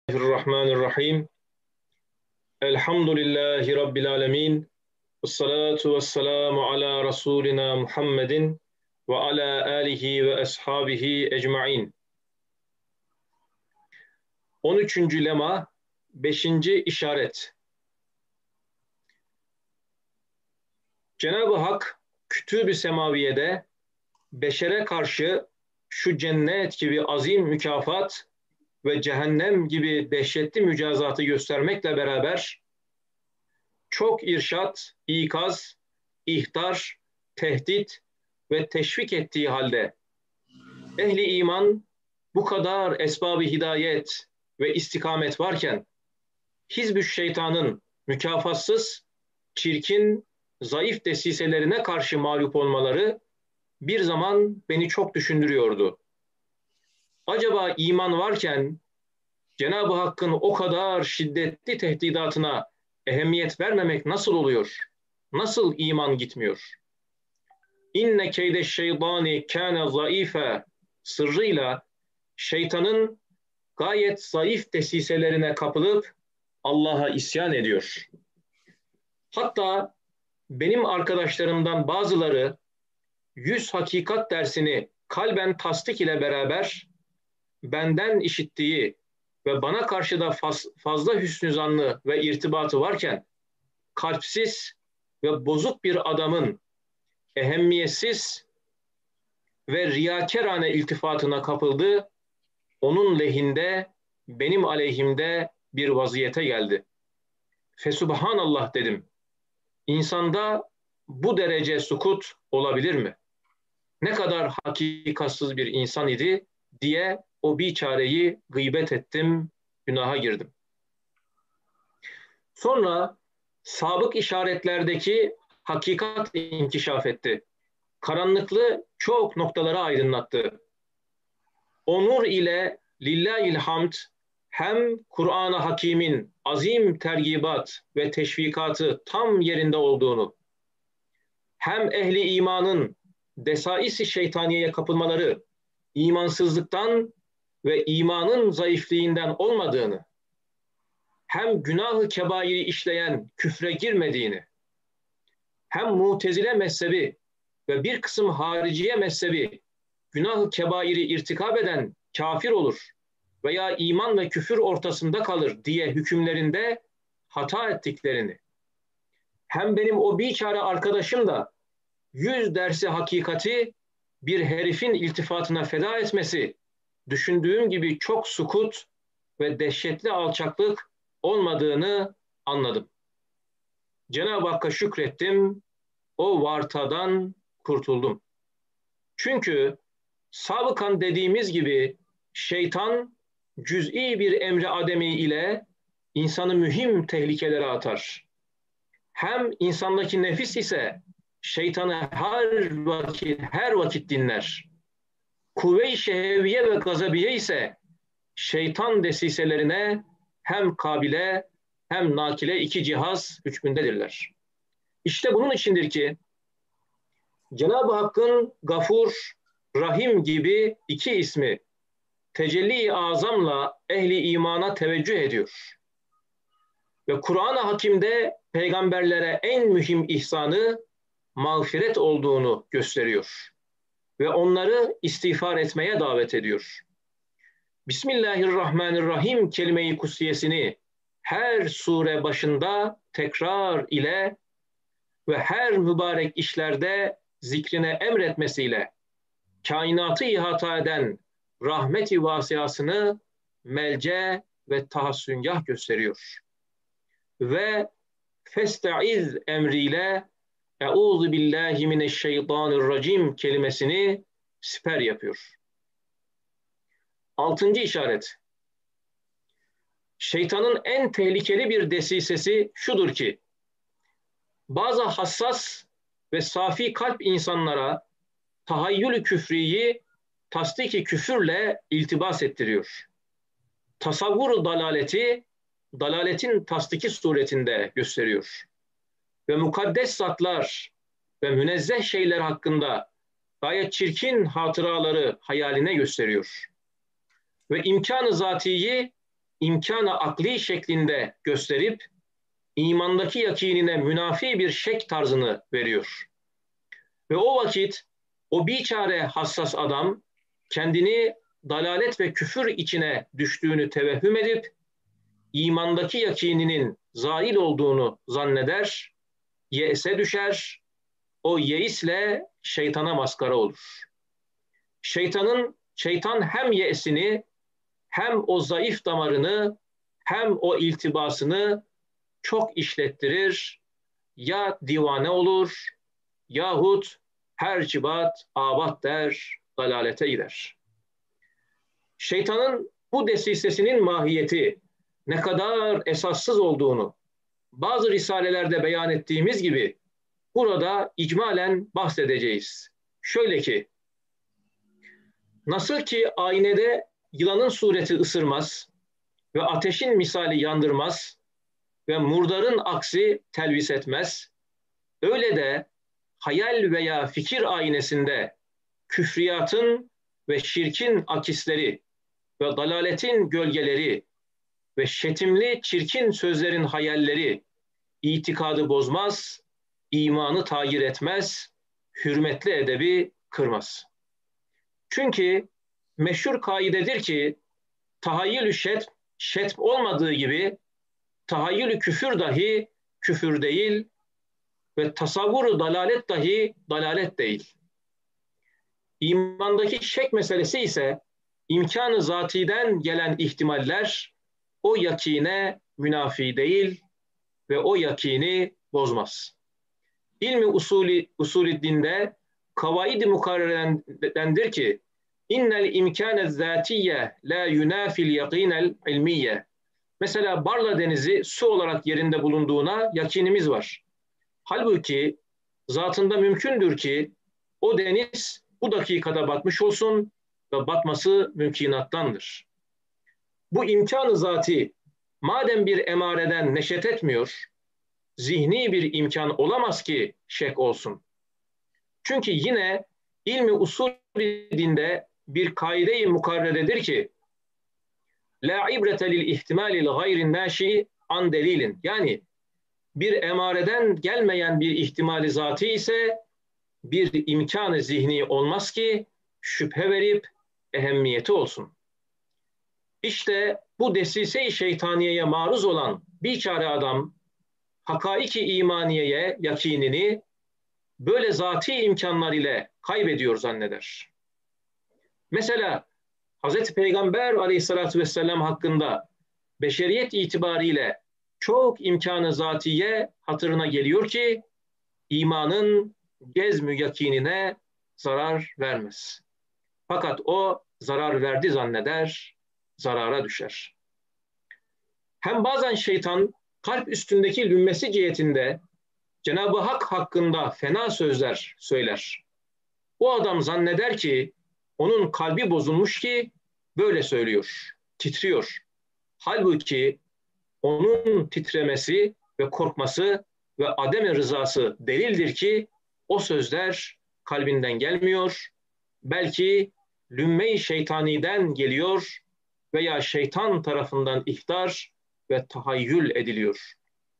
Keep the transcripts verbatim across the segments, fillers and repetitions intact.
Bismillahirrahmanirrahim. Elhamdülillahi Rabbil alemin. Vessalatu vesselamu ala Resulina Muhammedin ve ala alihi ve ashabihi ecmain. on üçüncü lema, beşinci işaret. Cenab-ı Hak Kütüb-i Semaviye'de beşere karşı şu cennet gibi azim mükafat ve cehennem gibi dehşetli mücazatı göstermekle beraber çok irşat, ikaz, ihtar, tehdit ve teşvik ettiği halde ehli iman bu kadar esbab-ı hidayet ve istikamet varken Hizb-ü Şeytan'ın mükafatsız, çirkin, zayıf desiselerine karşı mağlup olmaları bir zaman beni çok düşündürüyordu. Acaba iman varken Cenab-ı Hakk'ın o kadar şiddetli tehdidatına ehemmiyet vermemek nasıl oluyor? Nasıl iman gitmiyor? İnne keyde şeytani kâne zayıfe sırrıyla şeytanın gayet zayıf desiselerine kapılıp Allah'a isyan ediyor. Hatta benim arkadaşlarımdan bazıları yüz hakikat dersini kalben tasdik ile beraber benden işittiği ve bana karşı da faz, fazla hüsnü zannı ve irtibatı varken kalpsiz ve bozuk bir adamın ehemmiyetsiz ve riyakarane iltifatına kapıldı, onun lehinde benim aleyhimde bir vaziyete geldi. Fesubhanallah dedim. İnsanda bu derece sukut olabilir mi? Ne kadar hakikatsız bir insan idi diye o biçareyi gıybet ettim, günaha girdim. Sonra sabık işaretlerdeki hakikat inkişaf etti. Karanlıklı çok noktaları aydınlattı. Onur ile lillahil hamd hem Kur'an-ı Hakîm'in azim tergibat ve teşvikatı tam yerinde olduğunu, hem ehli imanın desais-i şeytaniyeye kapılmaları imansızlıktan ve imanın zayıflığından olmadığını, hem günah-ı kebairi işleyen küfre girmediğini, hem Mutezile mezhebi ve bir kısım hariciye mezhebi günah-ı kebairi irtikab eden kafir olur veya iman ve küfür ortasında kalır diye hükümlerinde hata ettiklerini, hem benim o biçare arkadaşım da yüz dersi hakikati bir herifin iltifatına feda etmesi, düşündüğüm gibi çok sukut ve dehşetli alçaklık olmadığını anladım. Cenab-ı Hakk'a şükrettim, o vartadan kurtuldum. Çünkü sabıkan dediğimiz gibi şeytan cüz'i bir emri ademi ile insanı mühim tehlikelere atar. Hem insandaki nefis ise şeytanı her vakit her vakit dinler. Kuvve-i şehviye ve gazabiye ise şeytan desiselerine hem kabile hem nakile iki cihaz hükmündedirler. İşte bunun içindir ki Cenab-ı Hakk'ın Gafur, Rahim gibi iki ismi tecelli-i azamla ehli imana teveccüh ediyor. Ve Kur'an-ı Hakim'de peygamberlere en mühim ihsanı mağfiret olduğunu gösteriyor. Ve onları istiğfar etmeye davet ediyor. Bismillahirrahmanirrahim kelime-i kutsiyesini her sure başında tekrar ile ve her mübarek işlerde zikrine emretmesiyle kainatı ihata eden rahmet-i vasiyasını melce ve tahassüngah gösteriyor. Ve festaiz emriyle Euzu billahi mineşşeytanirracim kelimesini siper yapıyor. Altıncı işaret. Şeytanın en tehlikeli bir desisesi şudur ki, bazı hassas ve safi kalp insanlara tahayyül-ü küfriyi tasdik-i küfürle iltibas ettiriyor. Tasavvur-u dalaleti, dalaletin tasdiki suretinde gösteriyor. Ve mukaddes zatlar ve münezzeh şeyler hakkında gayet çirkin hatıraları hayaline gösteriyor. Ve imkan-ı zatiyi imkan-ı akli şeklinde gösterip imandaki yakinine münafi bir şek tarzını veriyor. Ve o vakit o biçare hassas adam kendini dalalet ve küfür içine düştüğünü tevehhüm edip imandaki yakininin zail olduğunu zanneder, yeise düşer, o yeisle şeytana maskara olur. Şeytanın, şeytan hem yeisini hem o zayıf damarını hem o iltibasını çok işlettirir, ya divane olur yahut her cibat abat der, dalalete gider. Şeytanın bu desisesinin mahiyeti ne kadar esassız olduğunu bazı risalelerde beyan ettiğimiz gibi burada icmalen bahsedeceğiz. Şöyle ki, nasıl ki aynede yılanın sureti ısırmaz ve ateşin misali yandırmaz ve murdarın aksi telvis etmez, öyle de hayal veya fikir aynesinde küfriyatın ve şirkin akisleri ve dalaletin gölgeleri ve şetimli çirkin sözlerin hayalleri itikadı bozmaz, imanı tayir etmez, hürmetli edebi kırmaz. Çünkü meşhur kaidedir ki tahayyül-ü şetm, şetm olmadığı gibi tahayyül-ü küfür dahi küfür değil ve tasavvuru dalalet dahi dalalet değil. İmandaki şek meselesi ise imkanı zatiden gelen ihtimaller o yakine münafi değil ve o yakini bozmaz. İlmi usulü, usulü dinde kavaid-i mukarrerendendir ki innel imkâne zâtiyye la yunâfil yakînel ilmiyye. Mesela Barla Denizi su olarak yerinde bulunduğuna yakinimiz var. Halbuki zatında mümkündür ki o deniz bu dakikada batmış olsun ve batması mümkünattandır. Bu imkan-ı zati madem bir emareden neşet etmiyor, zihni bir imkan olamaz ki şek olsun. Çünkü yine ilmi usul dinde bir kaide-i mukarreredir ki la ibrete lil ihtimalil gayrin naşi an delilin. Yani bir emareden gelmeyen bir ihtimali zati ise bir imkanı zihni olmaz ki şüphe verip ehemmiyeti olsun. İşte bu desise-i şeytaniyeye maruz olan biçare adam hakaiki imaniyeye yakinini böyle zati imkanlar ile kaybediyor zanneder. Mesela Hazreti Peygamber aleyhissalatü vesselam hakkında beşeriyet itibariyle çok imkanı zatiye hatırına geliyor ki imanın gezmü yakinine zarar vermez. Fakat o zarar verdi zanneder, zarara düşer. Hem bazen şeytan kalp üstündeki lümmesi cihetinde Cenab-ı Hak hakkında fena sözler söyler. O adam zanneder ki onun kalbi bozulmuş ki böyle söylüyor, titriyor. Halbuki onun titremesi ve korkması ve adem-i rızası delildir ki o sözler kalbinden gelmiyor, belki lümme-i şeytaniden geliyor veya şeytan tarafından ihtar ve tahayyül ediliyor.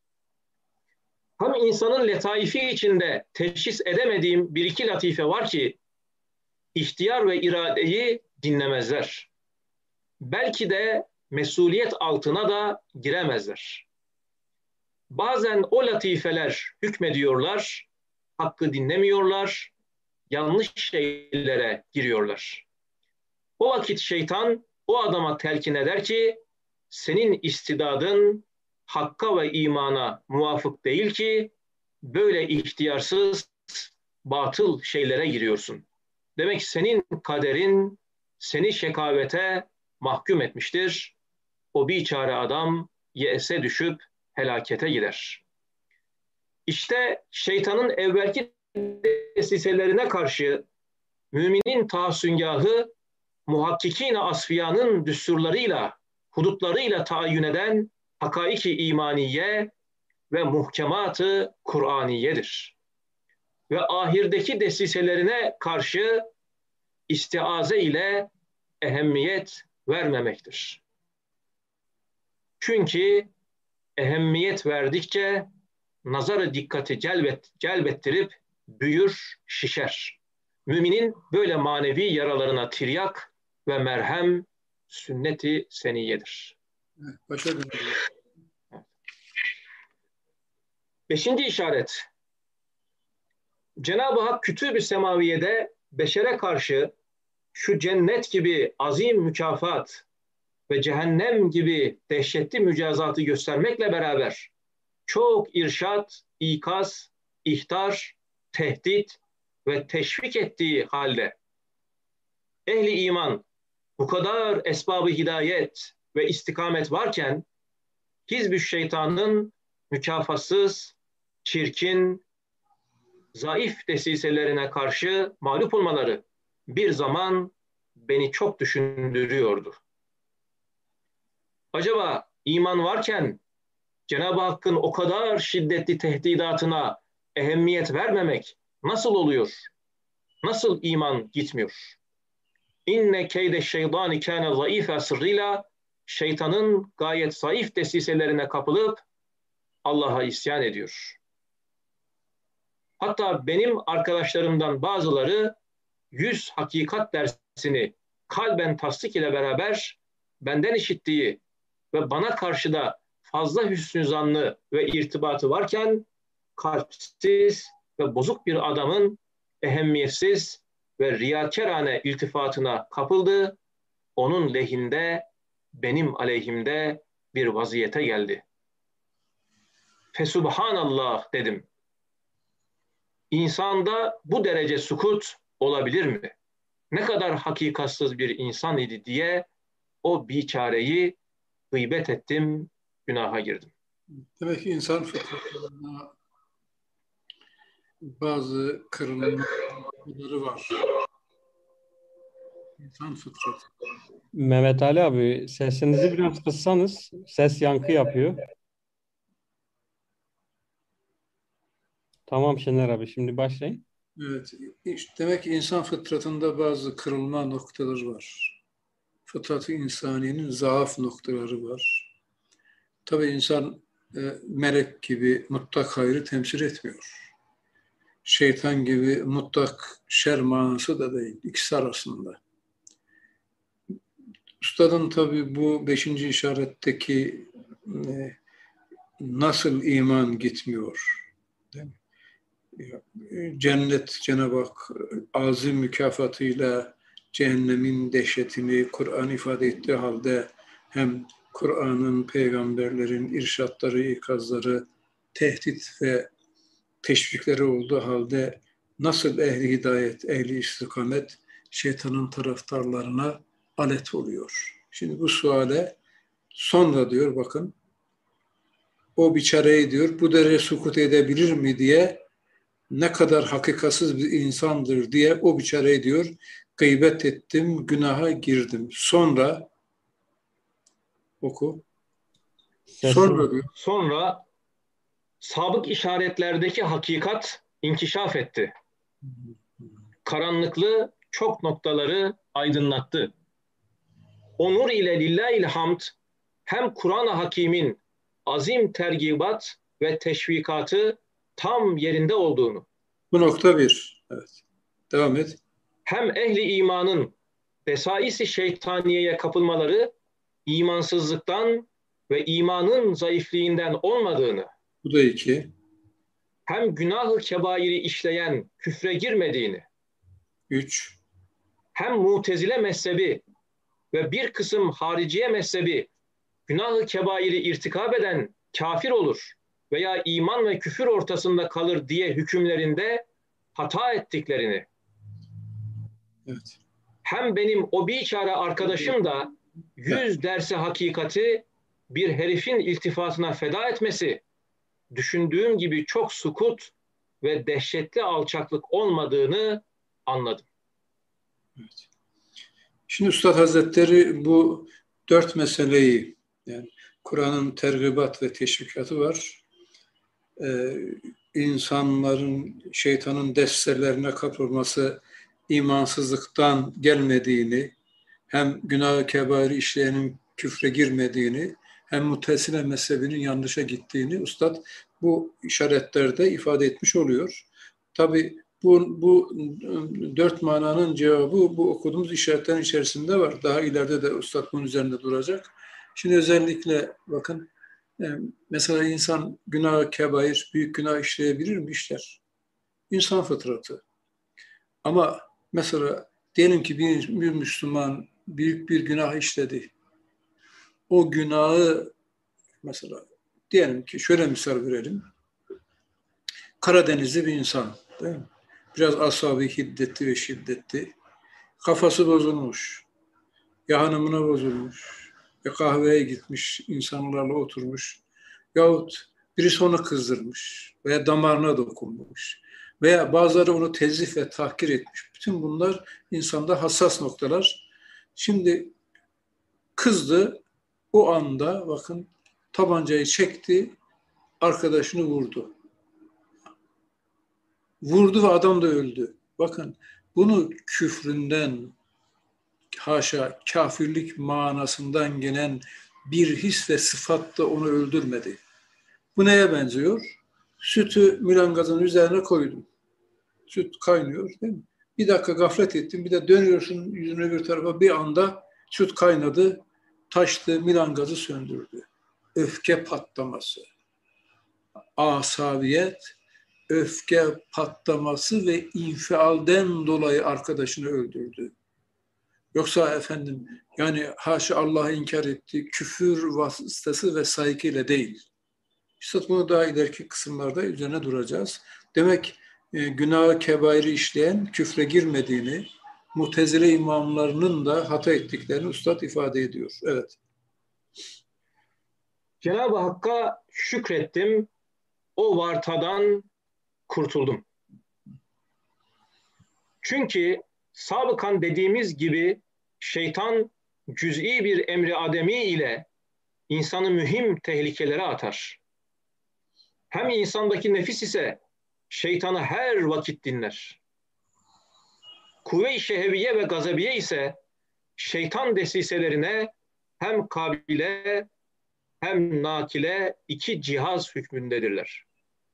Hem insanın letaifi içinde teşhis edemediğim bir iki latife var ki ihtiyar ve iradeyi dinlemezler. Belki de mesuliyet altına da giremezler. Bazen o latifeler hükmediyorlar, hakkı dinlemiyorlar, yanlış şeylere giriyorlar. O vakit şeytan o adama telkin eder ki senin istidadın hakka ve imana muvafık değil ki böyle ihtiyarsız batıl şeylere giriyorsun. Demek senin kaderin seni şekavete mahkum etmiştir. O biçare adam yeese düşüp helakete gider. İşte şeytanın evvelki desiselerine karşı müminin tahassüngahı muhakkikin-i asfiyanın düsturlarıyla, hudutlarıyla tayin eden hakaiki imaniye ve muhkemat-ı Kur'aniyedir. Ve ahirdeki desiselerine karşı istiaze ile ehemmiyet vermemektir. Çünkü ehemmiyet verdikçe nazarı dikkati celbet, celbettirip büyür, şişer. Müminin böyle manevi yaralarına tiryak ve merhem sünnet-i seniyyedir. Başarılı. Beşinci işaret. Cenab-ı Hak Kütüb-i Semaviye'de beşere karşı şu cennet gibi azim mükafat ve cehennem gibi dehşetli mücazatı göstermekle beraber çok irşat, ikaz, ihtar, tehdit ve teşvik ettiği halde ehli iman bu kadar esbab-ı hidayet ve istikamet varken hizb-ü şeytanın mükafatsız, çirkin, zayıf desiselerine karşı mağlup olmaları bir zaman beni çok düşündürüyordu. Acaba iman varken Cenab-ı Hakk'ın o kadar şiddetli tehdidatına ehemmiyet vermemek nasıl oluyor? Nasıl iman gitmiyor? İnne keyde şeytani kâne zayıfe sırrıyla şeytanın gayet zayıf desiselerine kapılıp Allah'a isyan ediyor. Hatta benim arkadaşlarımdan bazıları yüz hakikat dersini kalben tasdik ile beraber benden işittiği ve bana karşı da fazla hüsnü zannı ve irtibatı varken kalpsiz ve bozuk bir adamın ehemmiyetsiz ve riyakarane iltifatına kapıldı. Onun lehinde benim aleyhimde bir vaziyete geldi. Fesubhanallah dedim. İnsanda bu derece sukut olabilir mi? Ne kadar hakikatsız bir insan idi diye o biçareyi gıybet ettim, günaha girdim. Demek ki insan fıtratında bazı kırılmaları var. İnsan fıtratı. Mehmet Ali abi sesinizi biraz kıssanız, ses yankı yapıyor. Tamam Şener abi, şimdi başlayın. Evet, işte demek ki insan fıtratında bazı kırılma noktaları var. Fıtrat-ı insaniyenin zaaf noktaları var. Tabii insan e, melek gibi mutlak hayrı temsil etmiyor. Şeytan gibi mutlak şer manası da değil. İkisi arasında. Üstadın tabii bu beşinci işaretteki e, nasıl iman gitmiyor? Değil mi? Cennet Cenab-ı Hak azim mükafatıyla cehennemin dehşetini Kur'an ifade ettiği halde hem Kur'an'ın, peygamberlerin irşatları, ikazları, tehdit ve teşvikleri olduğu halde nasıl ehli hidayet, ehli istikamet şeytanın taraftarlarına alet oluyor. Şimdi bu suale sonra diyor bakın o biçareyi diyor bu derece sukut edebilir mi diye ne kadar hakikatsız bir insandır diye o biçareyi diyor gıybet ettim, günaha girdim. Sonra oku. Sesin... Sonra diyor. Sonra sabık işaretlerdeki hakikat inkişaf etti. Karanlıklı çok noktaları aydınlattı. O nur ile lillahil hamd hem Kur'an-ı Hakîm'in azim tergibat ve teşvikatı tam yerinde olduğunu. Bu nokta bir. Evet. Devam et. Hem ehli imanın desais-i şeytaniyeye kapılmaları imansızlıktan ve imanın zayıfliğinden olmadığını. Bu da iki. Hem günah-ı kebairi işleyen küfre girmediğini. Üç. Hem Mutezile mezhebi ve bir kısım hariciye mezhebi günah-ı kebairi irtikab eden kafir olur veya iman ve küfür ortasında kalır diye hükümlerinde hata ettiklerini. Evet. Hem benim o biçare arkadaşım da yüz dersi hakikati bir herifin iltifatına feda etmesi düşündüğüm gibi çok sukut ve dehşetli alçaklık olmadığını anladım. Evet. Şimdi Üstad Hazretleri bu dört meseleyi yani Kur'an'ın tergibat ve teşvikatı var. Ee, insanların şeytanın destelerine kapılması imansızlıktan gelmediğini hem günah-ı kebairi işleyenin küfre girmediğini hem Mu'tezile mezhebinin yanlışa gittiğini Üstad bu işaretlerde ifade etmiş oluyor. Tabii bu, bu dört mananın cevabı bu okuduğumuz işaretlerin içerisinde var. Daha ileride de Üstad bunun üzerinde duracak. Şimdi özellikle bakın, mesela insan günah, kebair, büyük günah işleyebilir mi? İşler. İnsan fıtratı. Ama mesela diyelim ki bir, bir Müslüman büyük bir günah işledi. O günahı mesela diyelim ki şöyle misal verelim. Karadenizli bir insan, değil mi? Biraz asabi, hiddetli ve şiddetli. Kafası bozulmuş. Ya hanımına bozulmuş. Ya kahveye gitmiş, insanlarla oturmuş. Yahut birisi onu kızdırmış veya damarına dokunmuş. Veya bazıları onu tezif ve tahkir etmiş. Bütün bunlar insanda hassas noktalar. Şimdi kızdı, o anda bakın tabancayı çekti, arkadaşını vurdu. Vurdu ve adam da öldü. Bakın bunu küfründen, haşa kafirlik manasından gelen bir his ve sıfat da onu öldürmedi. Bu neye benziyor? Sütü mülangazın üzerine koydum. Süt kaynıyor, değil mi? Bir dakika gaflet ettin, bir de dönüyorsun yüzünü öbür tarafa, bir anda süt kaynadı, taştı, mülangazı söndürdü. Öfke patlaması, asabiyet, öfke patlaması ve infialden dolayı arkadaşını öldürdü. Yoksa efendim yani haşa Allah'ı inkar etti, küfür vasıtası ve saygıyla değil. İşte bunu daha ileriki kısımlarda üzerine duracağız. Demek e, günah-ı kebairi işleyen küfre girmediğini, Mu'tezile imamlarının da hata ettiklerini Üstad ifade ediyor. Evet. Cenab-ı Hakk'a şükrettim, o vartadan kurtuldum. Çünkü sabıkan dediğimiz gibi şeytan cüz'i bir emri ademi ile insanı mühim tehlikelere atar. Hem insandaki nefis ise şeytanı her vakit dinler. Kuvve-i şehviye ve gazabiye ise şeytan desiselerine hem kabile hem nakile iki cihaz hükmündedirler.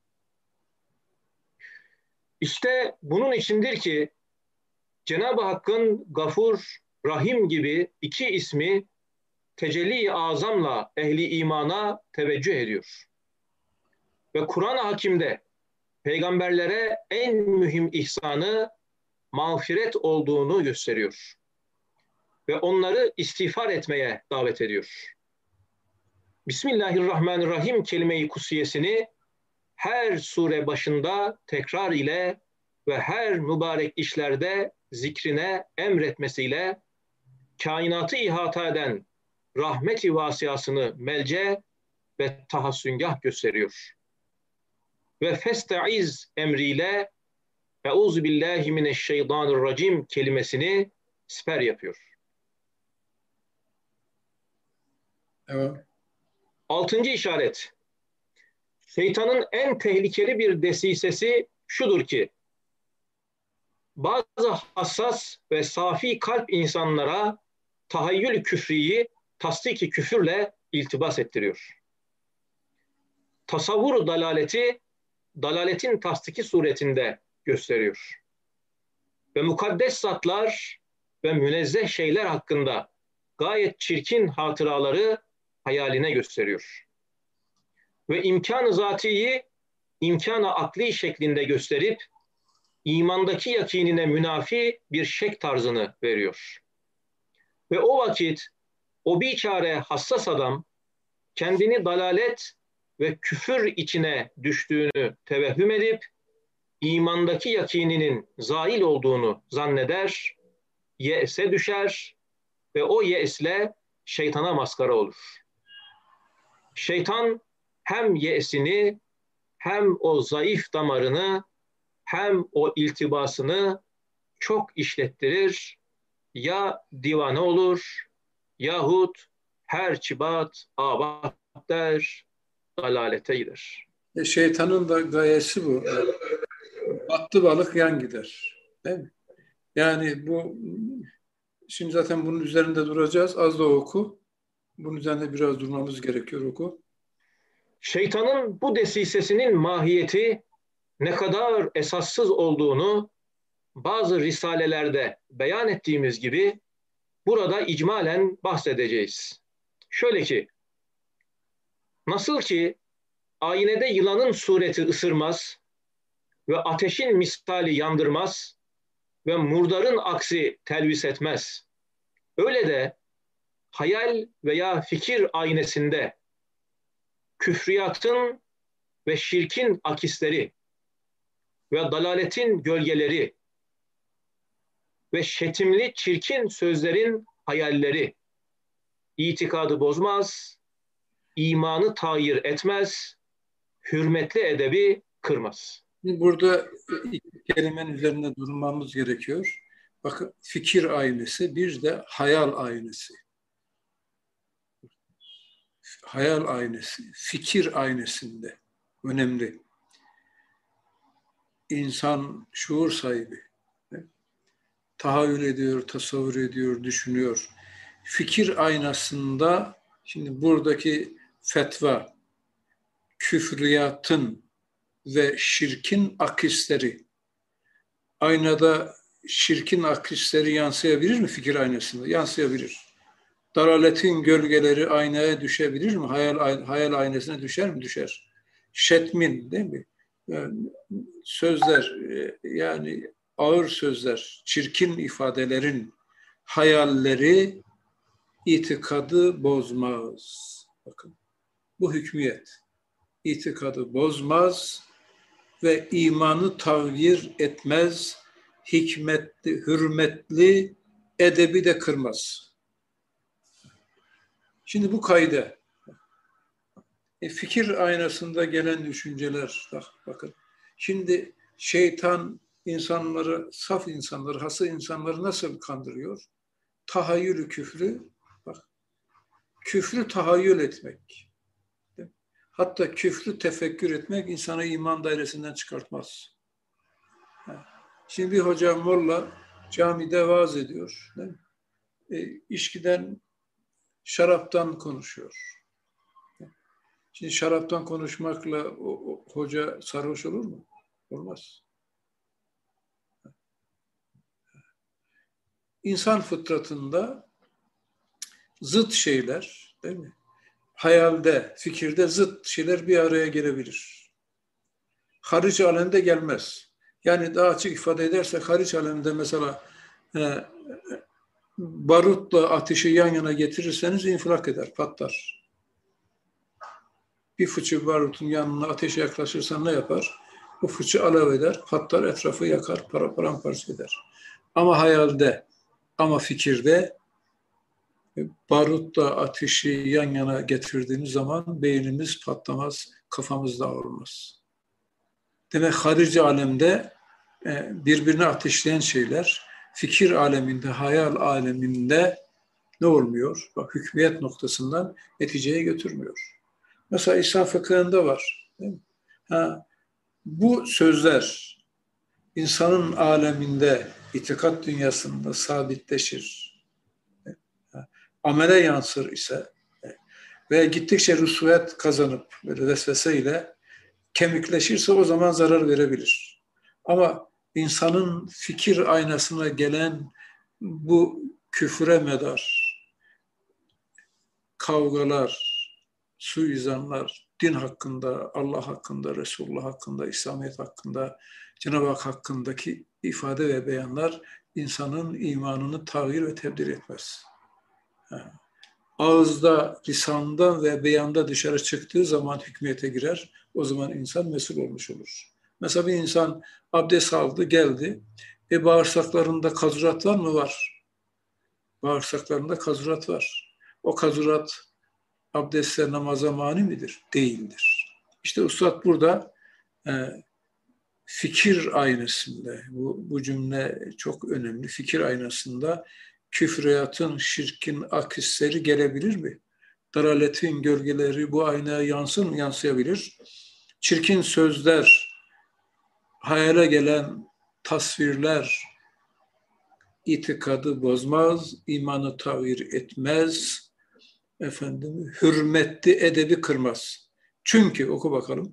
İşte bunun içindir ki Cenab-ı Hakk'ın Gafur, Rahim gibi iki ismi tecelli-i azamla ehli imana teveccüh ediyor. Ve Kur'an-ı Hakim'de peygamberlere en mühim ihsanı mağfiret olduğunu gösteriyor. Ve onları istiğfar etmeye davet ediyor. Bismillahirrahmanirrahim kelime-i kutsiyesini her sure başında tekrar ile ve her mübarek işlerde zikrine emretmesiyle kainatı ihata eden rahmet-i vasiyasını melce ve tahassüngah gösteriyor. Ve festaiz emriyle Euzu billahi mineşşeytanirracim kelimesini siper yapıyor. Evet. Altıncı işaret. Şeytanın en tehlikeli bir desisesi şudur ki, bazı hassas ve safi kalp insanlara tahayyül küfriyi tasdiki küfürle iltibas ettiriyor. Tasavvur dalaleti, dalaletin tasdiki suretinde gösteriyor. Ve mukaddes zatlar ve münezzeh şeyler hakkında gayet çirkin hatıraları hayaline gösteriyor. Ve imkan-ı zatiyi imkan-ı akli şeklinde gösterip imandaki yakinine münafi bir şek tarzını veriyor. Ve o vakit o biçare hassas adam kendini dalalet ve küfür içine düştüğünü tevehhüm edip imandaki yakininin zail olduğunu zanneder, ye'se düşer ve o ye'sle şeytana maskara olur. Şeytan hem ye'sini hem o zayıf damarını hem o iltibasını çok işlettirir, ya divane olur yahut her çibat abat der, dalalete gider. E, şeytanın da gayesi bu. Battı balık yan gider. Değil mi? Yani bu, şimdi zaten bunun üzerinde duracağız. Az da oku. Bunun üzerinde biraz durmamız gerekiyor, oku. Şeytanın bu desisesinin mahiyeti ne kadar esassız olduğunu bazı risalelerde beyan ettiğimiz gibi burada icmalen bahsedeceğiz. Şöyle ki, nasıl ki aynede yılanın sureti ısırmaz ve ateşin misali yandırmaz ve murdarın aksi telvis etmez. Öyle de hayal veya fikir aynesinde küfriyatın ve şirkin akisleri ve dalaletin gölgeleri ve şetimli çirkin sözlerin hayalleri itikadı bozmaz, imanı tayir etmez, hürmetli edebi kırmaz. Burada iki kelimenin üzerinde durmamız gerekiyor. Bakın, fikir aynası, bir de hayal aynası. Hayal aynası, fikir aynasında önemli. İnsan şuur sahibi. Tahayyül ediyor, tasavvur ediyor, düşünüyor. Fikir aynasında, şimdi buradaki fetva, küfriyatın ve şirkin akisleri, aynada şirkin akisleri yansıyabilir mi fikir aynasında? Yansıyabilir. Dalaletin gölgeleri aynaya düşebilir mi? Hayal, hayal aynasına düşer mi? Düşer. Şetmin, değil mi? Yani sözler, yani ağır sözler, çirkin ifadelerin hayalleri itikadı bozmaz. Bakın, bu hükmiyet. İtikadı bozmaz ve imanı tağyir etmez, hikmetli, hürmetli edebi de kırmaz. Şimdi bu kayda, e, fikir aynasında gelen düşünceler, bak, bakın. Şimdi şeytan insanları, saf insanları, hası insanları nasıl kandırıyor? Tahayyülü küfrü, bak, küfrü tahayyül etmek. Hatta küfrü tefekkür etmek insanı iman dairesinden çıkartmaz. Şimdi bir hoca molla camide vaaz ediyor. Değil mi? E, içkiden, şaraptan konuşuyor. Şimdi şaraptan konuşmakla o, o, hoca sarhoş olur mu? Olmaz. İnsan fıtratında zıt şeyler, değil mi? Hayalde, fikirde zıt şeyler bir araya gelebilir. Hariç alemde gelmez. Yani daha açık ifade edersek, hariç alemde mesela e, barutla ateşi yan yana getirirseniz infilak eder, patlar. Bir fıçı barutun yanına ateşe yaklaşırsan ne yapar? Bu fıçı alev eder, patlar, etrafı yakar, para paramparça eder. Ama hayalde, ama fikirde barutla ateşi yan yana getirdiğimiz zaman beynimiz patlamaz, kafamız da olmaz. Demek harici alemde birbirine ateşleyen şeyler, fikir aleminde, hayal aleminde ne olmuyor? Bak, hükmiyet noktasından neticeye götürmüyor. Mesela İslam fıkhında var. Değil mi? Ha, bu sözler insanın aleminde, itikat dünyasında sabitleşir. Ha, amele yansır ise ve gittikçe rüsvet kazanıp böyle vesveseyle kemikleşirse o zaman zarar verebilir. Ama insanın fikir aynasına gelen bu küfre medar kavgalar, suizanlar, din hakkında, Allah hakkında, Resulullah hakkında, İslamiyet hakkında, Cenab-ı Hak hakkındaki ifade ve beyanlar insanın imanını tağyir ve tebdil etmez. Ağızda, lisandan ve beyanda dışarı çıktığı zaman hükmiyete girer, o zaman insan mesul olmuş olur. Mesela bir insan abdest aldı, geldi, e bağırsaklarında kazurat var mı? Var. Bağırsaklarında kazurat var. O kazurat abdestle namaza mani midir? Değildir. İşte Üstad burada e, fikir aynasında, bu, bu cümle çok önemli, fikir aynasında küfriyatın, şirkin akisleri gelebilir mi? Dalaletin gölgeleri bu aynaya yansın mı? Yansıyabilir. Çirkin sözler, hayale gelen tasvirler itikadı bozmaz, imanı tağyir etmez, efendim hürmetli edebi kırmaz. Çünkü oku bakalım.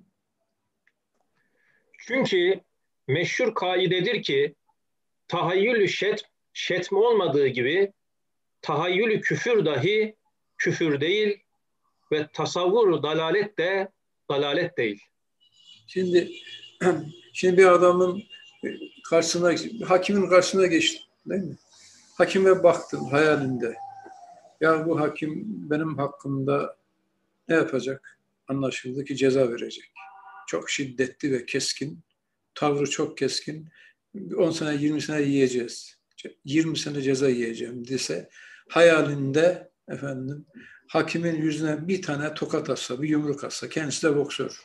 Çünkü meşhur kaidedir ki tahayyülü şetm, şetm olmadığı gibi tahayyülü küfür dahi küfür değil ve tasavvur dalalet de dalalet değil. Şimdi şimdi bir adamın karşısına, hakimin karşısına geçti, değil mi? Hakime baktın hayalinde. Ya bu hakim benim hakkımda ne yapacak? Anlaşıldı ki ceza verecek. Çok şiddetli ve keskin. Tavrı çok keskin. on sene, yirmi sene yiyeceğiz. yirmi sene ceza yiyeceğim dese hayalinde efendim hakimin yüzüne bir tane tokat atsa, bir yumruk atsa, kendisi de boksör.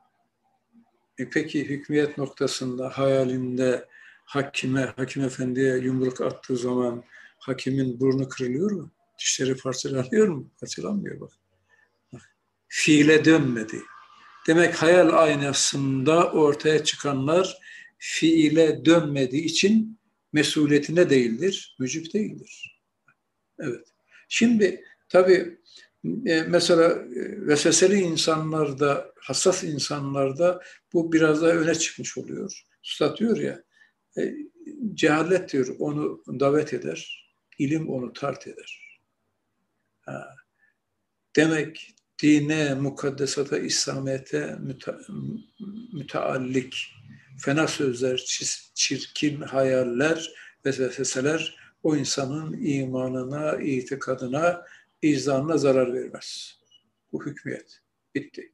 E peki hükmiyet noktasında hayalinde hakime, hakim efendiye yumruk attığı zaman hakimin burnu kırılıyor mu? Dişleri parçalanıyor mu? Parçalanmıyor bak. bak. Fiile dönmedi. Demek hayal aynasında ortaya çıkanlar fiile dönmediği için mesuliyetine değildir, mücib değildir. Evet. Şimdi tabii e, mesela e, vesveseli insanlarda, hassas insanlarda bu biraz daha öne çıkmış oluyor. Üstad diyor ya, e, cehalet diyor onu davet eder, ilim onu tart eder. Ha. Demek dine, mukaddesata, İslamiyet'e müte, müteallik, fena sözler, çirkin hayaller ve vesveseler o insanın imanına, itikadına, izanına zarar vermez. Bu hükmiyet. Bitti.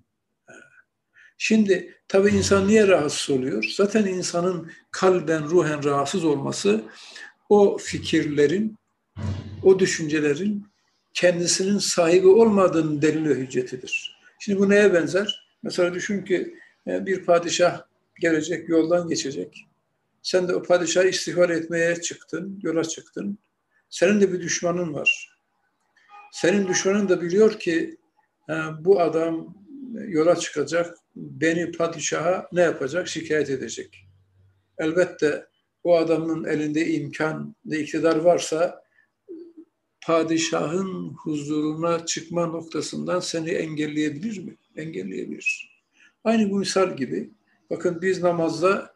Şimdi tabii insan niye rahatsız oluyor? Zaten insanın kalben, ruhen rahatsız olması o fikirlerin, o düşüncelerin kendisinin sahibi olmadığının delil ve hüccetidir. Şimdi bu neye benzer? Mesela düşün ki bir padişah gelecek, yoldan geçecek. Sen de o padişahı istihbar etmeye çıktın, yola çıktın. Senin de bir düşmanın var. Senin düşmanın da biliyor ki bu adam yola çıkacak, beni padişaha ne yapacak? Şikayet edecek. Elbette o adamın elinde imkan ve iktidar varsa padişahın huzuruna çıkma noktasından seni engelleyebilir mi? Engelleyebilir. Aynı bu misal gibi. Bakın biz namazda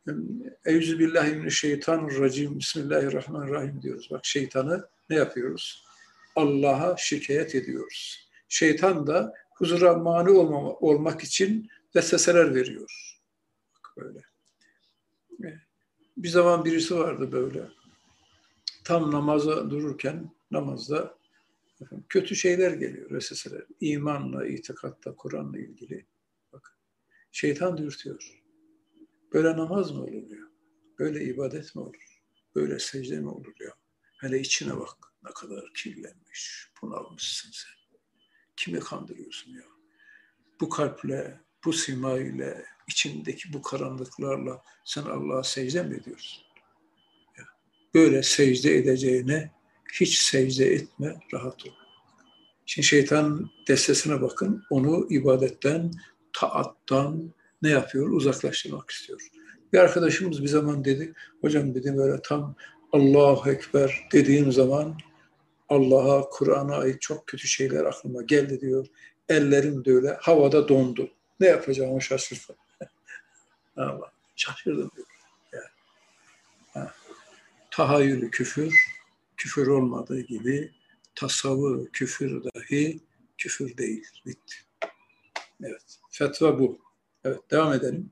Euzubillahimineşşeytanirracim Bismillahirrahmanirrahim diyoruz. Bak şeytanı ne yapıyoruz? Allah'a şikayet ediyoruz. Şeytan da huzura mani olmama, olmak için vesveseler veriyor. Bak böyle. Bir zaman birisi vardı böyle. Tam namaza dururken namazda efendim, kötü şeyler geliyor, vesveseler. İmanla, itikatla, Kur'an'la ilgili. Bak, şeytan dürtüyor. Böyle namaz mı olur ya? Böyle ibadet mi olur? Böyle secde mi olur ya? Hele içine bak. Ne kadar kirlenmiş, bunalmışsın sen. Kimi kandırıyorsun ya? Bu kalple, bu sima ile, içindeki bu karanlıklarla sen Allah'a secde mi ediyorsun? Ya, böyle secde edeceğine hiç secde etme, rahat ol. Şimdi şeytanın destesine bakın, onu ibadetten, taattan ne yapıyor? Uzaklaştırmak istiyor. Bir arkadaşımız bir zaman dedi, hocam dedi böyle tam Allahu Ekber dediğim zaman Allah'a, Kur'an'a ait çok kötü şeyler aklıma geldi diyor. Ellerim de öyle havada dondu. Ne yapacağımı şaşırdım. Allah, şaşırdım diyor. Yani, ha. Tahayyülü küfür, küfür olmadığı gibi tasavvur küfür dahi küfür değil. Bitti. Evet. Fetva bu. Evet. Devam edelim.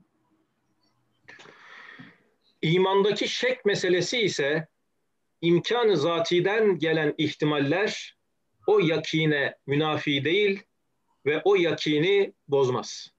İmandaki şek meselesi ise imkan-ı zatiden gelen ihtimaller o yakine münafi değil ve o yakini bozmaz.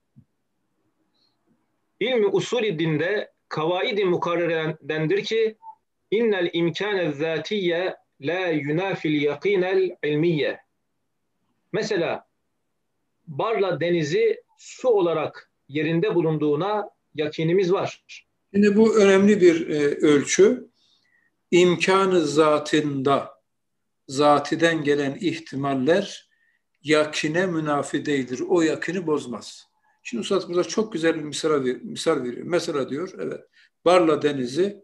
İlmi usulü dinde kavaid-i mukarrerendendir ki innel imkâne zâtiyye la yunafil yakînel ilmiyye. Mesela Barla denizi su olarak yerinde bulunduğuna yakinimiz var. Şimdi bu önemli bir e, ölçü. İmkanı zatında, zatiden gelen ihtimaller yakine münafi değildir. O yakini bozmaz. Şimdi Üstad burada çok güzel bir misal, misal veriyor. Mesela diyor, evet, Barla denizi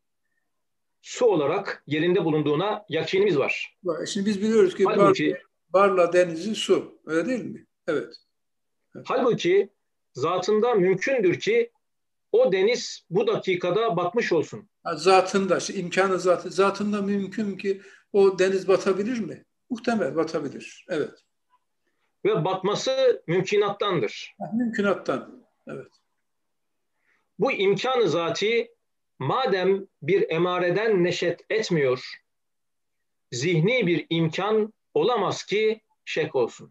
su olarak yerinde bulunduğuna yakinimiz var. Şimdi biz biliyoruz ki Halbuki, Varla denizi su. Öyle değil mi? Evet. Evet. Halbuki zatında mümkündür ki o deniz bu dakikada batmış olsun. Zatında, imkanı zatı, zatında mümkün ki o deniz batabilir mi? Muhtemel batabilir. Evet. Ve batması mümkünattandır. Mümkünattan. Evet. Bu imkanı zati madem bir emareden neşet etmiyor, zihni bir imkan olamaz ki şek olsun.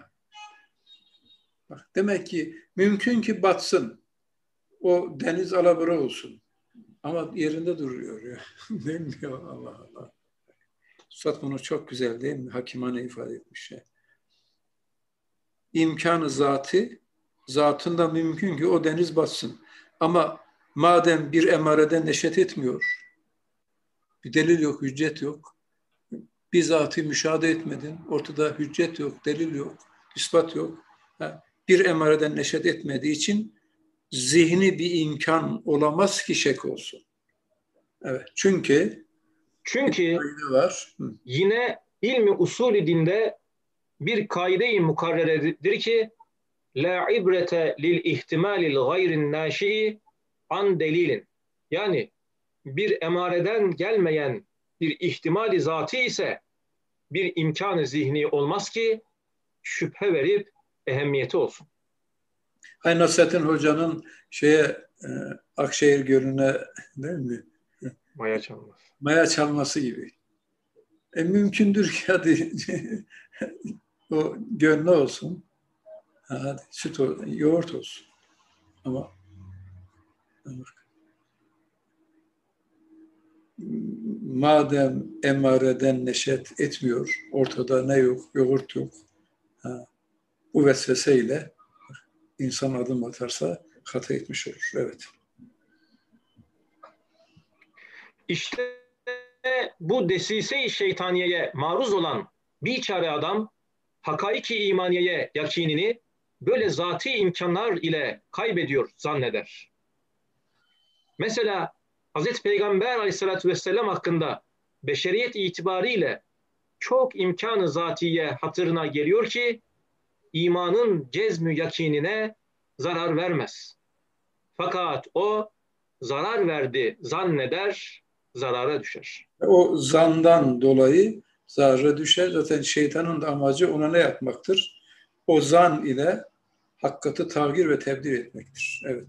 Bak, demek ki mümkün ki batsın. O deniz alabora olsun. Ama yerinde duruyor ya. Değil mi ya? Allah Allah. Üstad bunu çok güzel değil mi? Hakimane ifade etmiş ya. İmkanı zatı, zatında mümkün ki o deniz batsın. Ama madem bir emareden neşet etmiyor, bir delil yok, hüccet yok, bizzatı müşahede etmedin, ortada hüccet yok, delil yok, ispat yok. Bir emareden neşet etmediği için zihni bir imkan olamaz ki şek olsun. Evet, çünkü Çünkü var. yine ilmi usulü dinde bir kaide-i mukarreredir ki la ibrete lil ihtimalil gayrin naşii an delilin. Yani bir emareden gelmeyen bir ihtimali zatı ise bir imkanı zihni olmaz ki şüphe verip ehemmiyeti olsun. Hay Nasrettin Hoca'nın şeye e, Akşehir Gölü'ne değil mi? Maya çalmaz. Maya çalması gibi. E, mümkündür ki hadi o göl ne olsun? Ha, hadi süt olsun, yoğurt olsun. Ama madem emareden neşet etmiyor, ortada ne yok, yoğurt yok. Ha, bu vesveseyle insan adım atarsa hata etmiş olur. Evet. İşte bu desise-i şeytaniyeye maruz olan biçare adam hakaiki imaniyeye yakinini böyle zati imkanlar ile kaybediyor zanneder. Mesela Hazreti Peygamber Aleyhisselatü Vesselam hakkında beşeriyet itibariyle çok imkanı zatiye hatırına geliyor ki imanın cezmü yakinine zarar vermez. Fakat o zarar verdi zanneder, zarara düşer. O zandan dolayı zarara düşer. Zaten şeytanın da amacı ona ne yapmaktır? O zan ile hakikati tagir ve tebdil etmektir. Evet.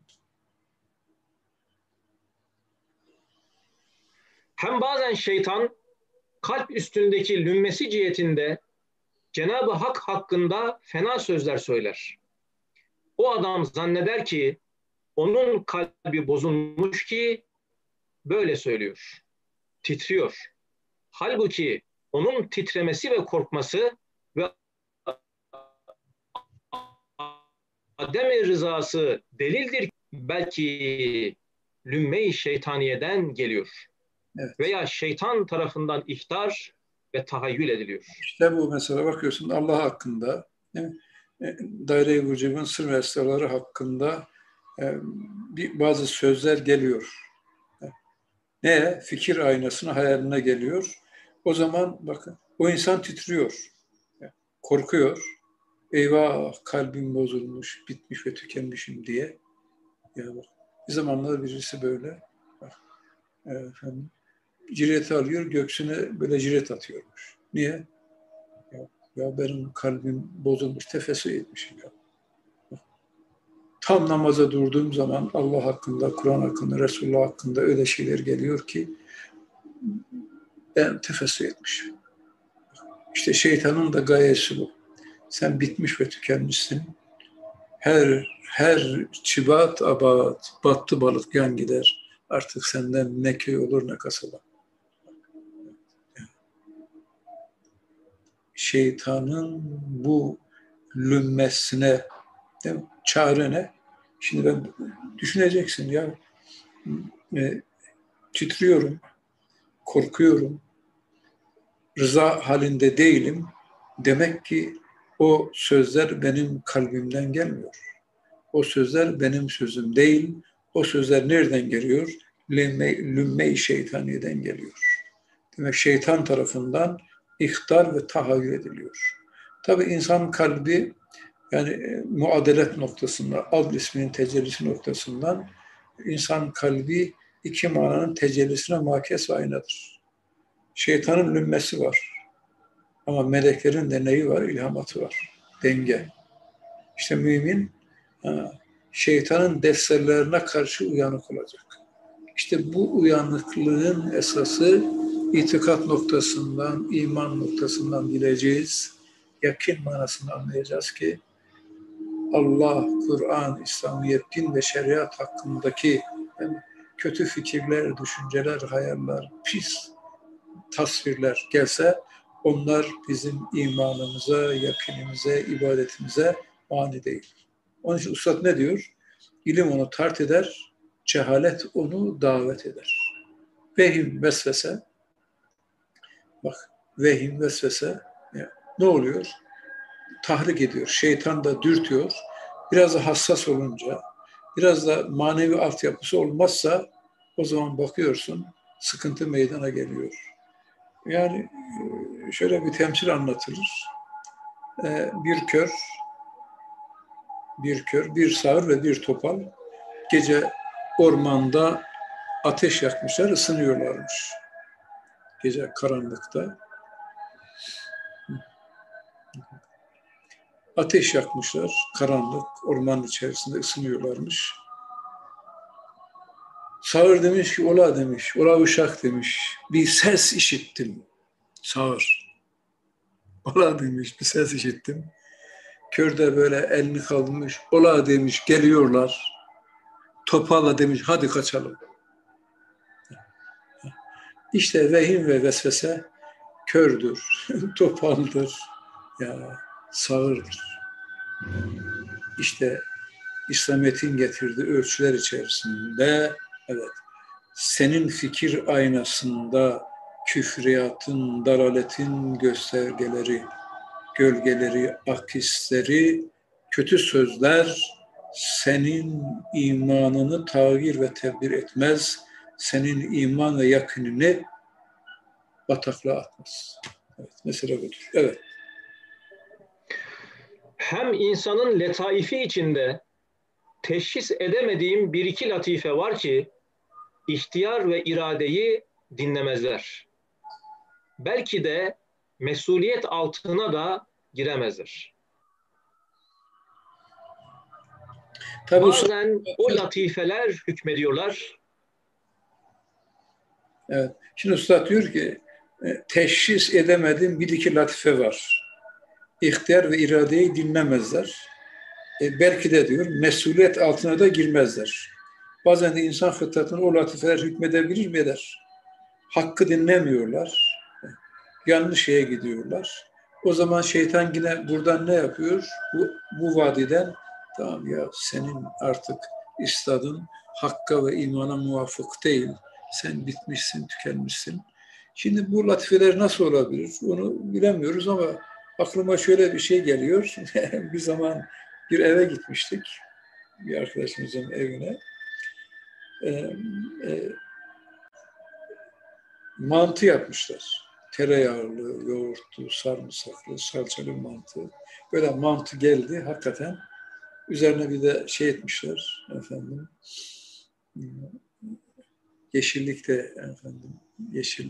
Hem bazen şeytan kalp üstündeki lümmesi cihetinde Cenab-ı Hak hakkında fena sözler söyler. O adam zanneder ki onun kalbi bozulmuş ki böyle söylüyor. Titriyor. Halbuki onun titremesi ve korkması ve adem-i rızası delildir. Belki lümme-i şeytaniyeden geliyor. Evet. Veya şeytan tarafından ihtar ve tahayyül ediliyor. İşte bu mesela bakıyorsun Allah hakkında, daire-i vücudun sır ve esrarları hakkında bir, bazı sözler geliyor. Ne? Fikir aynasına hayaline geliyor. O zaman bakın o insan titriyor. Korkuyor. Eyvah kalbim bozulmuş, bitmiş ve tükenmişim diye. Ya bak, bir zamanlar birisi böyle bak, efendim, ciret alıyor, göğsüne böyle ciret atıyormuş. Niye? Ya, ya benim kalbim bozulmuş, tefessü etmişim ya. Tam namaza durduğum zaman Allah hakkında, Kur'an hakkında, Resulullah hakkında öyle şeyler geliyor ki ben tefessü etmişim. İşte şeytanın da gayesi bu. Sen bitmiş ve tükenmişsin. Her her çıbat abat, battı balık yan gider. Artık senden ne köy olur ne kasaba. Şeytanın bu lümmesine çare ne? Şimdi ben düşüneceksin ya e, titriyorum, korkuyorum, rıza halinde değilim. Demek ki o sözler benim kalbimden gelmiyor. O sözler benim sözüm değil. O sözler nereden geliyor? Lümme-i şeytaniyeden geliyor. Demek şeytan tarafından ihtar ve tahayyül ediliyor. Tabii insan kalbi yani e, muadelet noktasında, adl isminin tecellisi noktasından insan kalbi iki mananın tecellisine makes ve aynadır. Şeytanın lümmesi var. Ama meleklerin de neyi var? İlhamatı var. Denge. İşte mümin ha, şeytanın defterlerine karşı uyanık olacak. İşte bu uyanıklığın esası itikat noktasından, iman noktasından bileceğiz. Yakin manasını anlayacağız ki Allah, Kur'an, İslamiyet, din ve şeriat hakkındaki yani kötü fikirler, düşünceler, hayaller, pis tasvirler gelse onlar bizim imanımıza, yakinimize, ibadetimize mani değil. Onun için Üstad ne diyor? İlim onu tart eder, cehalet onu davet eder. Vehim, vesvese, bak vehim, vesvese ya, ne oluyor? Tahrik ediyor, şeytan da dürtüyor. Biraz da hassas olunca, biraz da manevi altyapısı olmazsa o zaman bakıyorsun sıkıntı meydana geliyor. Yani şöyle bir temsil anlatılır. Bir kör, bir kör, bir sağır ve bir topal gece ormanda ateş yakmışlar, ısınıyorlarmış. Gece karanlıkta. Ateş yakmışlar, karanlık, ormanın içerisinde ısınıyorlarmış. Sağır demiş ki, ola demiş, ola uşak demiş, bir ses işittim. Sağır. Ola demiş, bir ses işittim. Kör de böyle elini kaldırmış, ola demiş, geliyorlar. Topalla demiş, hadi kaçalım. İşte vehim ve vesvese kördür, topaldır, ya sağırdır. İşte İslamiyet'in getirdiği ölçüler içerisinde, evet, senin fikir aynasında küfriyatın, dalaletin göstergeleri, gölgeleri, akisleri, kötü sözler senin imanını tağyir ve tebdil etmez, senin iman ve yakınını bataklığa atmaz. Evet, mesele budur. Evet. Hem insanın letaifi içinde teşhis edemediğim bir iki latife var ki ihtiyar ve iradeyi dinlemezler. Belki de mesuliyet altına da giremezler. Tabii bazen o latifeler hükmediyorlar. Evet. Şimdi Üstad diyor ki teşhis edemedim bir iki latife var. İhtiyar ve iradeyi dinlemezler. E, belki de diyor mesuliyet altına da girmezler. Bazen de insan fıtratını o latifeler hükmedebilir mi eder? Hakkı dinlemiyorlar. Yanlış şeye gidiyorlar. O zaman şeytan yine buradan ne yapıyor? Bu, bu vadiden tamam ya senin artık istadın hakka ve imana muvafık değil. Sen bitmişsin, tükenmişsin. Şimdi bu latifeler nasıl olabilir? Onu bilemiyoruz ama aklıma şöyle bir şey geliyor. Bir zaman bir eve gitmiştik. Bir arkadaşımızın evine. Ee, e, mantı yapmışlar. Tereyağlı, yoğurtlu, sarımsaklı, salçalı mantı. Böyle mantı geldi hakikaten. Üzerine bir de şey etmişler efendim. Yeşillik de efendim, yeşil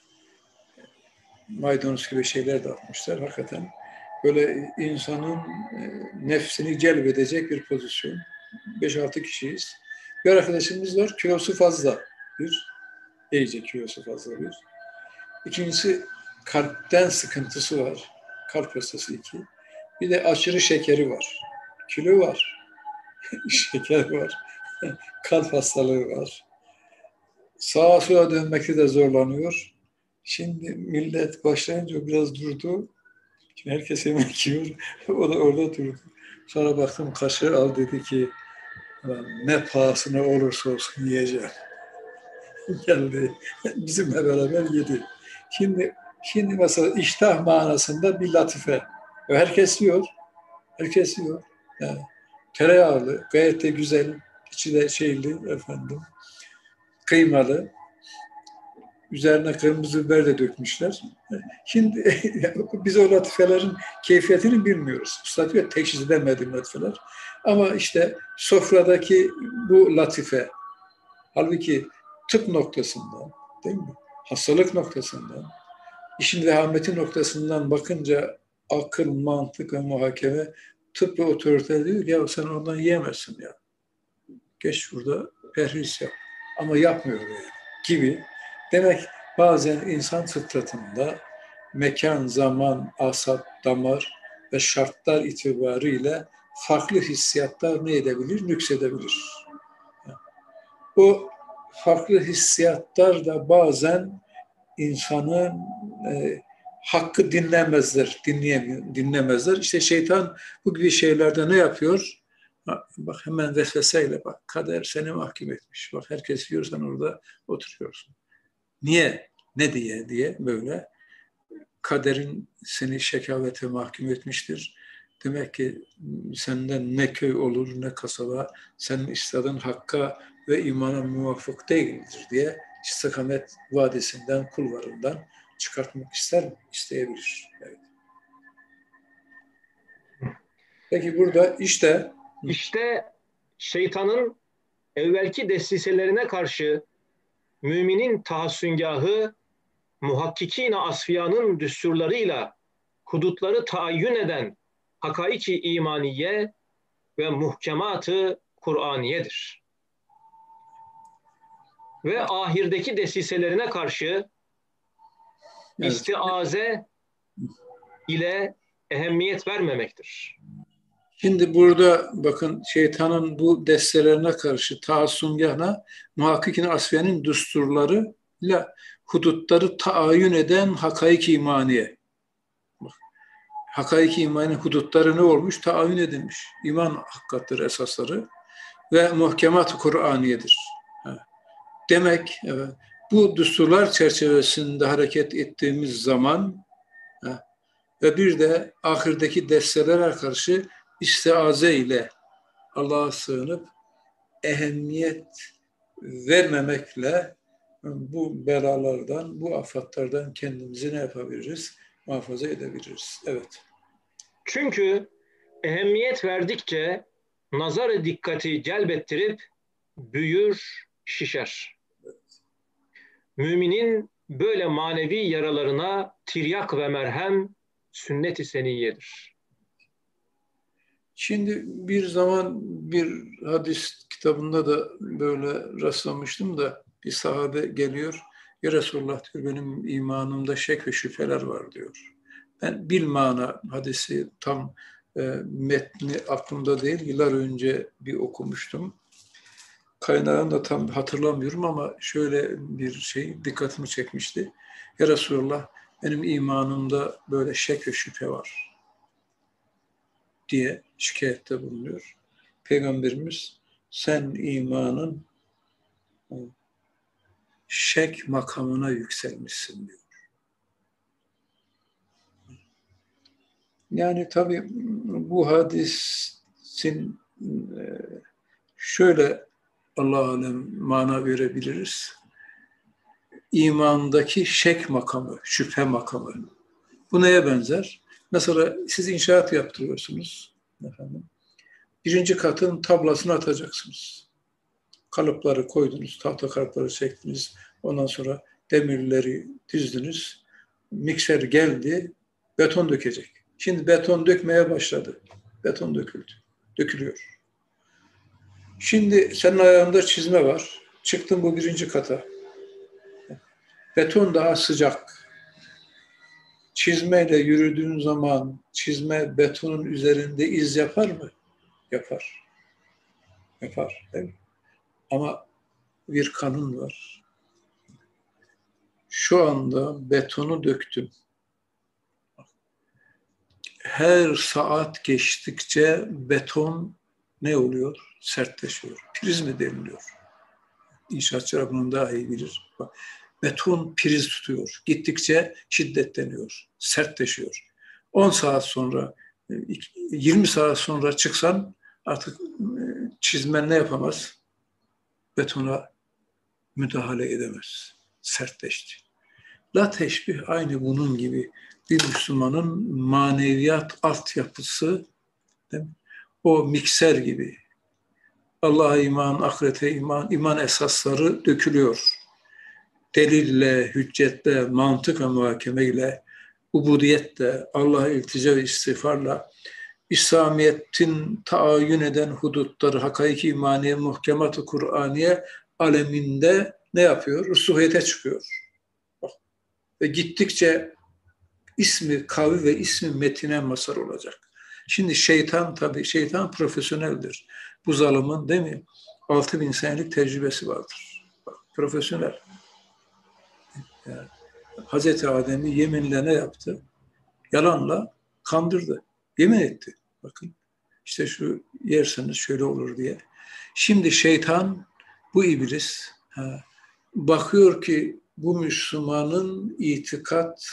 maydanoz gibi şeyler de atmışlar. Hakikaten böyle insanın nefsini celbedecek bir pozisyon. Beş altı kişiyiz. Bir arkadaşımız var, kilosu fazla bir. İyice kilosu fazla bir. İkincisi kalpten sıkıntısı var. Kalp hastası iki. Bir de aşırı şekeri var. Kilo var. Şeker var. Kalp hastalığı var. Sağa sola dönmekte de zorlanıyor. Şimdi millet başlayınca biraz durdu. Şimdi herkes yemek yiyor. O da orada durdu. Sonra baktım kaşığı al dedi ki ne pahasına olursa olsun yiyeceğim. Geldi. Bizimle beraber yedi. Şimdi şimdi mesela iştah manasında bir latife. Herkes yiyor. Herkes yiyor. Yani tereyağlı, gayet de güzel, içi de şeyli efendim, kıymalı. Üzerine kırmızı biber de dökmüşler. Şimdi biz o latifelerin keyfiyetini bilmiyoruz. Usta diyor teşhis edemediğim latifeler. Ama işte sofradaki bu latife, halbuki tıp noktasından, değil mi? Hastalık noktasından, işin vehameti noktasından bakınca akıl, mantık ve muhakeme, tıp ve otorite diyor ki ya sen ondan yiyemezsin ya. Geç şurada perhis yap. Ama yapmıyor yani gibi. Demek bazen insan fıtratında mekan, zaman, asap, damar ve şartlar itibariyle farklı hissiyatlar ne edebilir? Nüksedebilir. O farklı hissiyatlar da bazen insanın e, hakkı dinlemezler, dinleyemiyor, dinlemezler. İşte şeytan bu gibi şeylerde ne yapıyor? Bak hemen vesveseyle bak, kader seni mahkum etmiş. Bak herkes yiyor, sen orada oturuyorsun. Niye? Ne diye diye böyle kaderin seni şekavete mahkum etmiştir. Demek ki senden ne köy olur ne kasaba, senin istediğin hakka ve imana muvafık değildir diye istikamet vadisinden, kulvarından çıkartmak ister mi? İsteyebilir. Evet. Peki burada işte İşte şeytanın evvelki desiselerine karşı müminin tahassüngahı muhakkikîn-i asfiyanın düsturlarıyla hudutları taayyün eden hakaiki imaniye ve muhkematı Kur'aniyedir. Ve ahirdeki desiselerine karşı evet. istiaze ile ehemmiyet vermemektir. Şimdi burada bakın şeytanın bu destelerine karşı taassüngahına muhakkikin asfiyenin düsturlarıyla hudutları taayyün eden hakaik imaniye. Bak, hakaik imanın hudutları ne olmuş? Taayyün edilmiş. İman hakikattır esasları ve muhkemat-ı Kur'aniyedir. Demek evet, bu düsturlar çerçevesinde hareket ettiğimiz zaman ve bir de ahirdeki destelere karşı istiaze ile Allah'a sığınıp ehemmiyet vermemekle bu belalardan, bu afatlardan kendimizi ne yapabiliriz? Muhafaza edebiliriz. Evet. Çünkü ehemmiyet verdikçe nazar-ı dikkati celbettirip büyür, şişer. Müminin böyle manevi yaralarına tiryak ve merhem sünnet-i seniyyedir. Şimdi bir zaman bir hadis kitabında da böyle rastlamıştım da bir sahabe geliyor. Ya Resulullah diyor benim imanımda şek ve şüpheler var diyor. Ben bilmana hadisi tam e, metni aklımda değil. Yıllar önce bir okumuştum. Kaynağını da tam hatırlamıyorum ama şöyle bir şey dikkatimi çekmişti. Ya Resulullah benim imanımda böyle şek ve şüphe var diye şikayette bulunuyor. Peygamberimiz sen imanın şek makamına yükselmişsin diyor. Yani tabii bu hadisin şöyle Allah alem mana verebiliriz. İmandaki şek makamı, şüphe makamı. Bu neye benzer? Mesela siz inşaat yaptırıyorsunuz. Efendim. Birinci katın tablasını atacaksınız. Kalıpları koydunuz, tahta kalıpları çektiniz. Ondan sonra demirleri dizdiniz. Mikser geldi, beton dökecek. Şimdi beton dökmeye başladı. Beton döküldü, dökülüyor. Şimdi senin ayağında çizme var. Çıktın bu birinci kata. Beton daha sıcak. Çizmeyle yürüdüğün zaman çizme betonun üzerinde iz yapar mı? Yapar. Yapar. Değil mi? Ama bir kanun var. Şu anda betonu döktüm. Her saat geçtikçe beton ne oluyor? Sertleşiyor. Prizma deniliyor. İnşaatçılar bunu daha iyi bilir. Bak, beton priz tutuyor. Gittikçe şiddetleniyor. Sertleşiyor. on saat sonra, yirmi saat sonra çıksan artık çizmen ne yapamaz? Betona müdahale edemez. Sertleşti. La teşbih aynı bunun gibi. Bir Müslümanın maneviyat altyapısı, değil mi? O mikser gibi. Allah'a iman, ahirete iman, iman esasları dökülüyor. Delille, hüccetle, mantık ve muhakemeyle, ubudiyetle, Allah'a iltica ve istiğfarla, İslamiyet'in taayyün eden hudutları, hakaiki imaniye, muhkemat-ı Kur'aniye aleminde ne yapıyor? Rusuhiyete çıkıyor. Bak. Ve gittikçe ismi kavi ve ismi metine mazhar olacak. Şimdi şeytan tabii, şeytan profesyoneldir. Bu zalimin değil mi? altı bin senelik tecrübesi vardır. Bak, profesyonel. Yani, Hazreti Adem'i yeminle ne yaptı? Yalanla kandırdı. Yemin etti. Bakın işte şu yerseniz şöyle olur diye. Şimdi şeytan, bu iblis ha, bakıyor ki bu Müslümanın itikat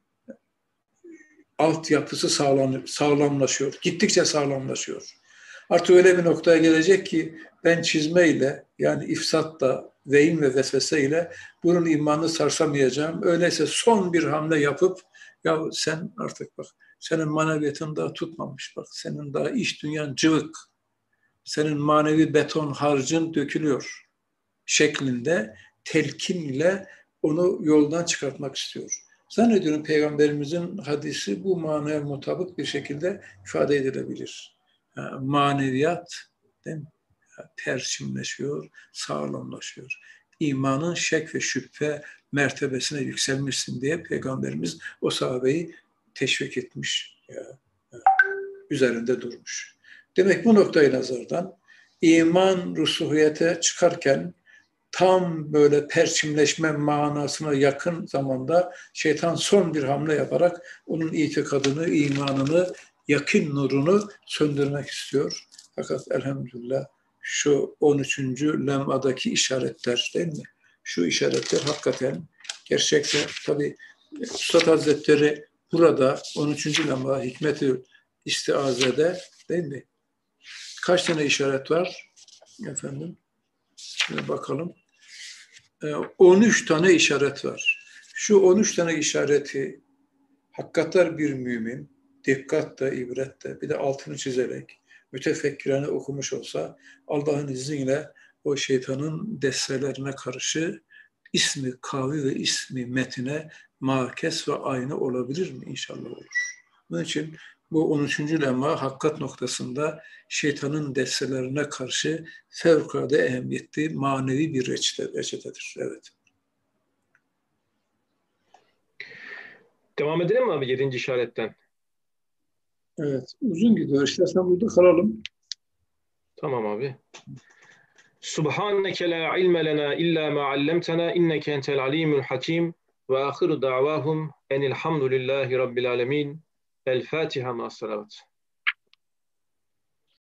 altyapısı sağlam, sağlamlaşıyor. Gittikçe sağlamlaşıyor. Artık öyle bir noktaya gelecek ki ben çizmeyle, yani ifsatla, vehim ve vesveseyle bunun imanını sarsamayacağım. Öyleyse son bir hamle yapıp, ya sen artık bak, senin maneviyatın daha tutmamış, bak senin daha iş dünyan cıvık, senin manevi beton harcın dökülüyor şeklinde telkinle onu yoldan çıkartmak istiyor. Zannediyorum Peygamberimizin hadisi bu manaya mutabık bir şekilde ifade edilebilir. Yani maneviyat değil mi? Perçinleşiyor, sağlamlaşıyor. İmanın şek ve şüphe mertebesine yükselmişsin diye Peygamberimiz o sahabeyi teşvik etmiş, ya, ya, üzerinde durmuş. Demek bu noktayı nazardan iman rusuhiyete çıkarken tam böyle perçimleşme manasına yakın zamanda şeytan son bir hamle yaparak onun itikadını, imanını, yakın nurunu söndürmek istiyor. Fakat elhamdülillah şu on üçüncü lemadaki işaretler değil mi? Şu işaretler hakikaten gerçekten tabii Üstad Hazretleri burada on üçüncü lemma Hikmet-i İstiaze'de değil mi? Kaç tane işaret var? Efendim, şuna bakalım. on üç tane işaret var. Şu on üç tane işareti hakikaten bir mümin dikkatle, ibretle, bir de altını çizerek mütefekkirane okumuş olsa Allah'ın izniyle o şeytanın destelerine karşı ismi kavi ve ismi metine makes ve aynı olabilir mi? İnşallah olur. Bunun için bu on üçüncü lemma hakikat noktasında şeytanın destelerine karşı fevkalade ehemmiyetli manevi bir reçete, reçetedir. Evet. Devam edelim mi abi yedinci işaretten? Evet. Uzun gidiyor. İstersen burada kalalım. Tamam abi. Subhaneke la ilme lena illa ma allamtana inneke entel alimul hakim ve ahiru da'vahum enilhamdülillahi rabbil alemin. El Fatiha ma'as salavat.